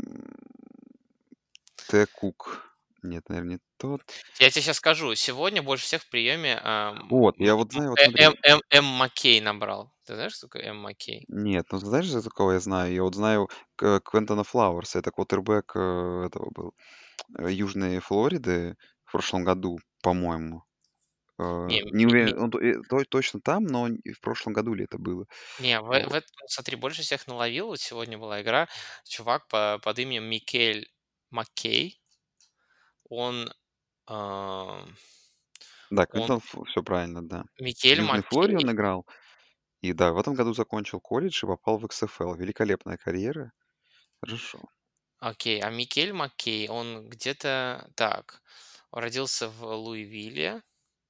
Т. Кук. Нет, наверное, не тот. Я тебе сейчас скажу, сегодня больше всех в приеме Вот, я вот знаю, вот смотри. Маккей набрал. Ты знаешь, что такое Маккей? Нет, ну знаешь, за такого я знаю? Я вот знаю Квентона Флауэрса, это квотербек этого был, Южной Флориды в прошлом году, по-моему. Не, Не уверен, он точно там, но в прошлом году ли это было. в Вот. этом, смотри, больше всех наловил. Вот сегодня была игра. Чувак под именем Микель Маккей. Он, а, Да, он Квентон, все правильно, да. В Микель Южной Флориде Маккей. он играл. И да, в этом году закончил колледж и попал в XFL. Великолепная карьера. Хорошо. Окей, а Микель Маккей, он где-то так. Он родился в Луивилле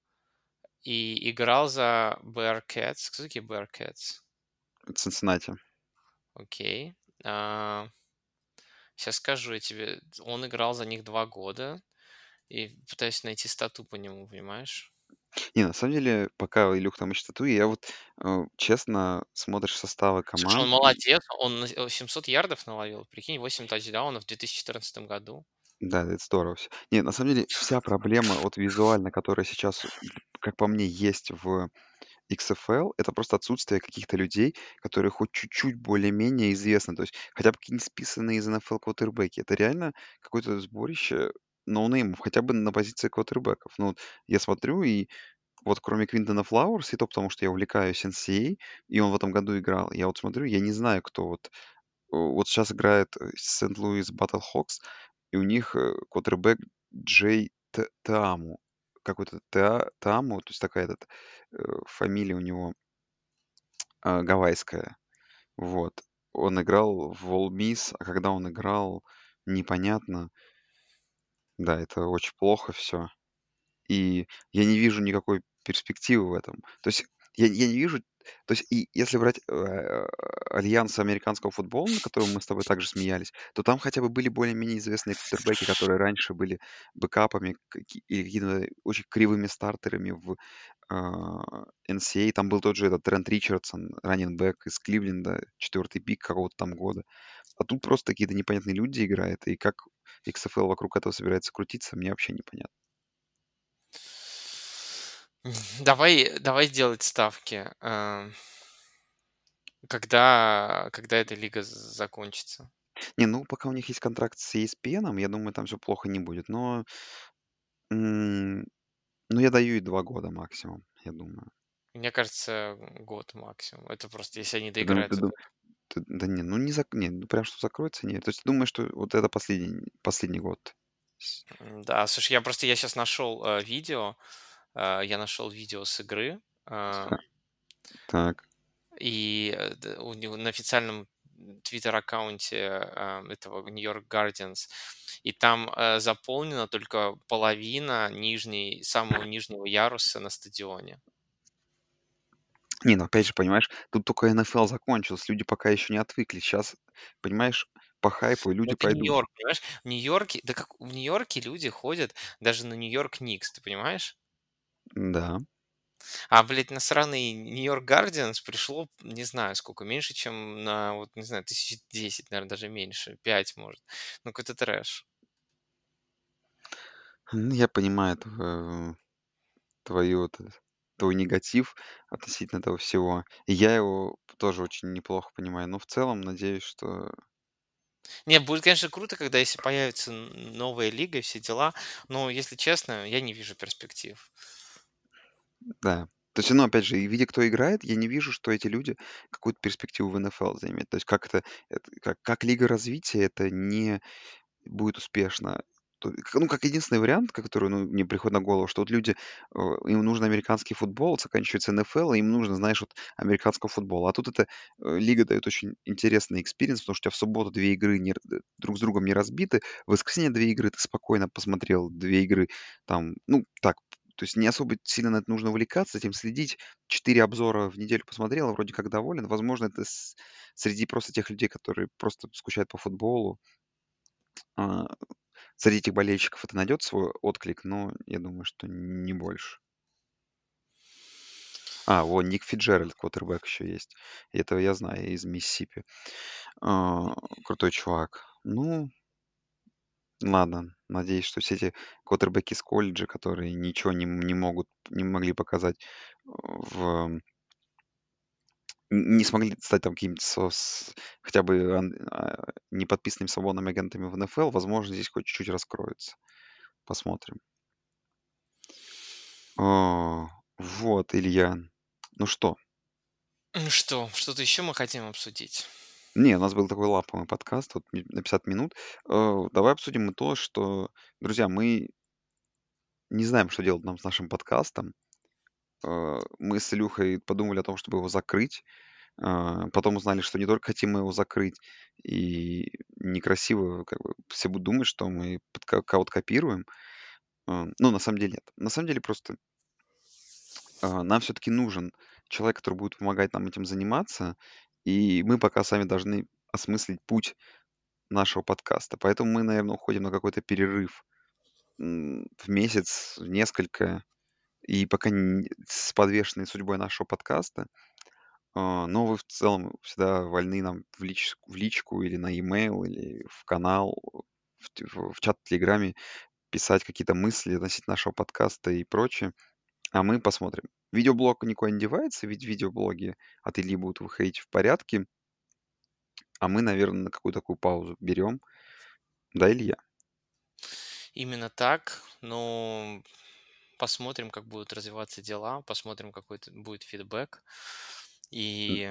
и играл за Bearcats. Кто такие Bearcats? Цинциннати. Окей. Сейчас скажу я тебе. Он играл за них 2 года. И пытаюсь найти стату по нему, понимаешь? Не, на самом деле, пока Илюха там ищет тату, я вот, честно, смотришь составы Слушай, он команд и молодец. Он 700 ярдов наловил. Прикинь, 8 тачдаунов в 2014 году. да, это здорово всё. Не, на самом деле, вся проблема вот визуально, которая сейчас, как по мне, есть в XFL, это просто отсутствие каких-то людей, которые хоть чуть-чуть более-менее известны. То есть хотя бы какие-нибудь списанные из NFL квотербеки. Это реально какое-то сборище ноунеймов, хотя бы на позиции квотербеков. Ну, вот я смотрю, и вот кроме Квинтона Флауэрс, и то потому, что я увлекаюсь NCAA, и он в этом году играл, я вот смотрю, я не знаю, кто вот. Вот сейчас играет Сент-Луис Battlehawks, и у них квотербек Джей Тааму. Какой-то Тааму, то есть такая фамилия у него гавайская. Вот. Он играл в Ole Miss, а когда он играл, непонятно. Да, это очень плохо все. И я не вижу никакой перспективы в этом. То есть я не вижу. То есть и если брать, альянс американского футбола, на котором мы с тобой также смеялись, то там хотя бы были более-менее известные квотербеки, которые раньше были бэкапами или какими-то очень кривыми стартерами в, NCAA. Там был тот же этот Трент Ричардсон, раннинг-бэк из Кливленда, 4-й пик какого-то там года. А тут просто какие-то непонятные люди играют, и как XFL вокруг этого собирается крутиться, мне вообще непонятно. Давай делать ставки. Когда эта лига закончится? Не, ну, пока у них есть контракт с ESPN, я думаю, там все плохо не будет. Но, м, ну, я даю ей 2 года максимум, я думаю. Мне кажется, год максимум. Это просто если они Ты дум доиграют ты ду ты да не, ну, не, ну, прям что закроется, нет. То есть ты думаешь, что вот это последний год? С Да, слушай, я сейчас нашел видео. Я нашел видео с игры. та так. И у него на официальном твиттер-аккаунте этого New York Guardians, и там заполнена только половина самого нижнего яруса на стадионе. Не, ну, опять же, понимаешь, тут только НФЛ закончилась, люди пока еще не отвыкли. Сейчас, понимаешь, по хайпу и Но люди это пойдут. Нью-Йорк, понимаешь? В Нью-Йорке, да как в Нью-Йорке люди ходят даже на Нью-Йорк Никс, ты понимаешь? Да. А, блядь, на сраный Нью-Йорк Гардианс пришло, не знаю сколько, меньше, чем на, вот, не знаю, 1010, наверное, даже меньше, 5 может. Ну, какой-то трэш. Я понимаю твою вот твой негатив относительно этого всего. И я его тоже очень неплохо понимаю. Но в целом надеюсь, что Не, будет, конечно, круто, когда если появится новая лига и все дела, но, если честно, я не вижу перспектив. да. То есть, ну, опять же, и видя, кто играет, я не вижу, что эти люди какую-то перспективу в НФЛ заимеют. То есть как это как лига развития это не будет успешно. ну, как единственный вариант, который, ну, мне приходит на голову, что вот люди, им нужен американский футбол, заканчивается НФЛ, и им нужно, знаешь, вот американского футбола. А тут эта лига дает очень интересный экспириенс, потому что у тебя в субботу 2 игры друг с другом не разбиты, в воскресенье 2 игры, ты спокойно посмотрел 2 игры, там, ну, так, то есть не особо сильно на это нужно увлекаться, этим следить. 4 обзора в неделю посмотрел, вроде как доволен. Возможно, это среди просто тех людей, которые просто скучают по футболу. а, Среди этих болельщиков это найдет свой отклик, но я думаю, что не больше. Вон Ник Фиджеральд, квотербек еще есть. И этого я знаю из Миссисипи. Крутой чувак. Ну, ладно. Надеюсь, что все эти квотербеки с колледжа, которые ничего не могли показать не смогли стать там какими-то хотя бы неподписанными свободными агентами в НФЛ, возможно, здесь хоть чуть-чуть раскроется. Посмотрим. Вот, Илья. Ну что? Ну что-то еще мы хотим обсудить? Не, у нас был такой лаповый подкаст вот на 50 минут. Давай обсудим и то, что, друзья, мы не знаем, что делать нам с нашим подкастом. Мы с Илюхой подумали о том, чтобы его закрыть. Потом узнали, что не только хотим мы его закрыть, и некрасиво, как бы, все будут думать, что мы кого-то копируем. Ну, на самом деле нет. На самом деле просто нам все-таки нужен человек, который будет помогать нам этим заниматься, и мы пока сами должны осмыслить путь нашего подкаста. Поэтому мы, наверное, уходим на какой-то перерыв в месяц, в несколько, и пока с подвешенной судьбой нашего подкаста. Но вы в целом всегда вольны нам в личку или на e-mail, или в канал, в чат в Телеграме писать какие-то мысли относительно нашего подкаста и прочее. А мы посмотрим. Видеоблог никуда не девается, ведь видеоблоги от Ильи будут выходить в порядке. А мы, наверное, на какую-то такую паузу берем. Да, Илья? Именно так. Ну, посмотрим, как будут развиваться дела, посмотрим, какой будет фидбэк. И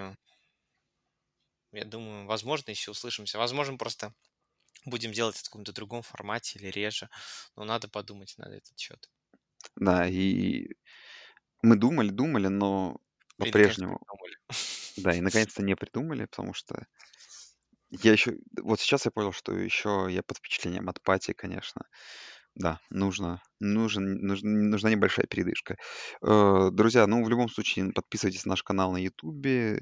я думаю, возможно, еще услышимся. Возможно, просто будем делать это в каком-то другом формате или реже. Но надо подумать на этот счет. Да, и мы думали, но И наконец по-прежнему, придумали. да, и наконец-то не придумали, потому что я еще, вот сейчас я понял, что еще я под впечатлением от пати, конечно. Да, нужна небольшая передышка. Друзья, ну, в любом случае, подписывайтесь на наш канал на Ютубе,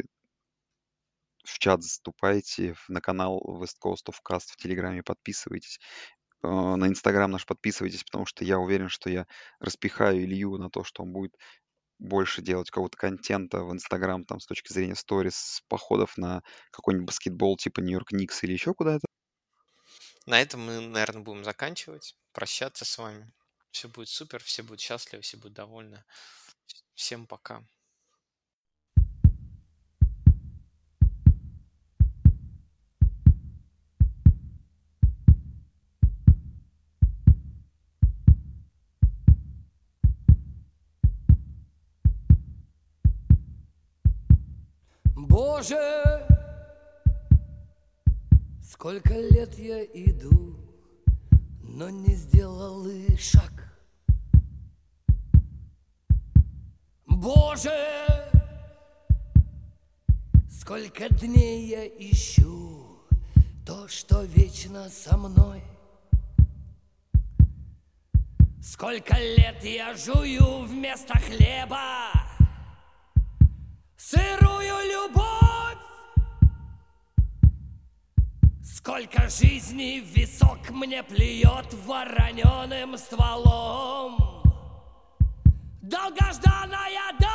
в чат вступайте, на канал West Coast of Cast в Телеграме подписывайтесь. На Инстаграм наш подписывайтесь, потому что я уверен, что я распихаю Илью на то, что он будет больше делать какого-то контента в Инстаграм там с точки зрения сторис, походов на какой-нибудь баскетбол типа Нью-Йорк Никс или еще куда-то. На этом мы, наверное, будем заканчивать, прощаться с вами. Все будет супер, все будут счастливы, все будут довольны. Всем пока. Боже, сколько лет я иду, но не сделал и шаг. Боже, сколько дней я ищу то, что вечно со мной. Сколько лет я жую вместо хлеба сырую любовь. Сколько жизней в висок мне плюет вороненым стволом. Долгожданная даль.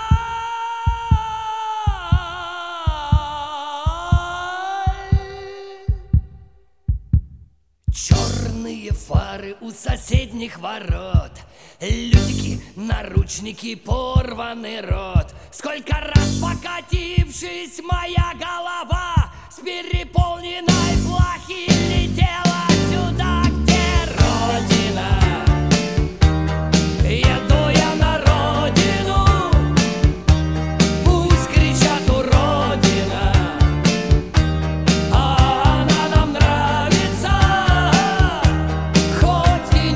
Черные фары у соседних ворот, лютики, наручники, порванный рот. Сколько раз покатившись моя голова с переполненной плахи летела сюда, где Родина. Еду я на родину, пусть кричат уродина, а она нам нравится, хоть и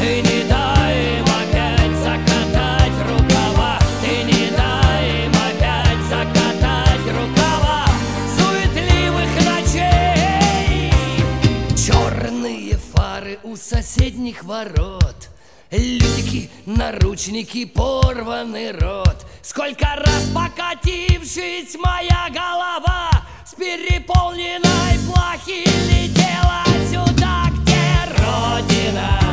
Ты не дай им опять закатать рукава. Ты не дай им опять закатать рукава суетливых ночей. Черные фары у соседних ворот, лютики, наручники, порванный рот. Сколько раз покатившись моя голова с переполненной плахи летела сюда, где Родина.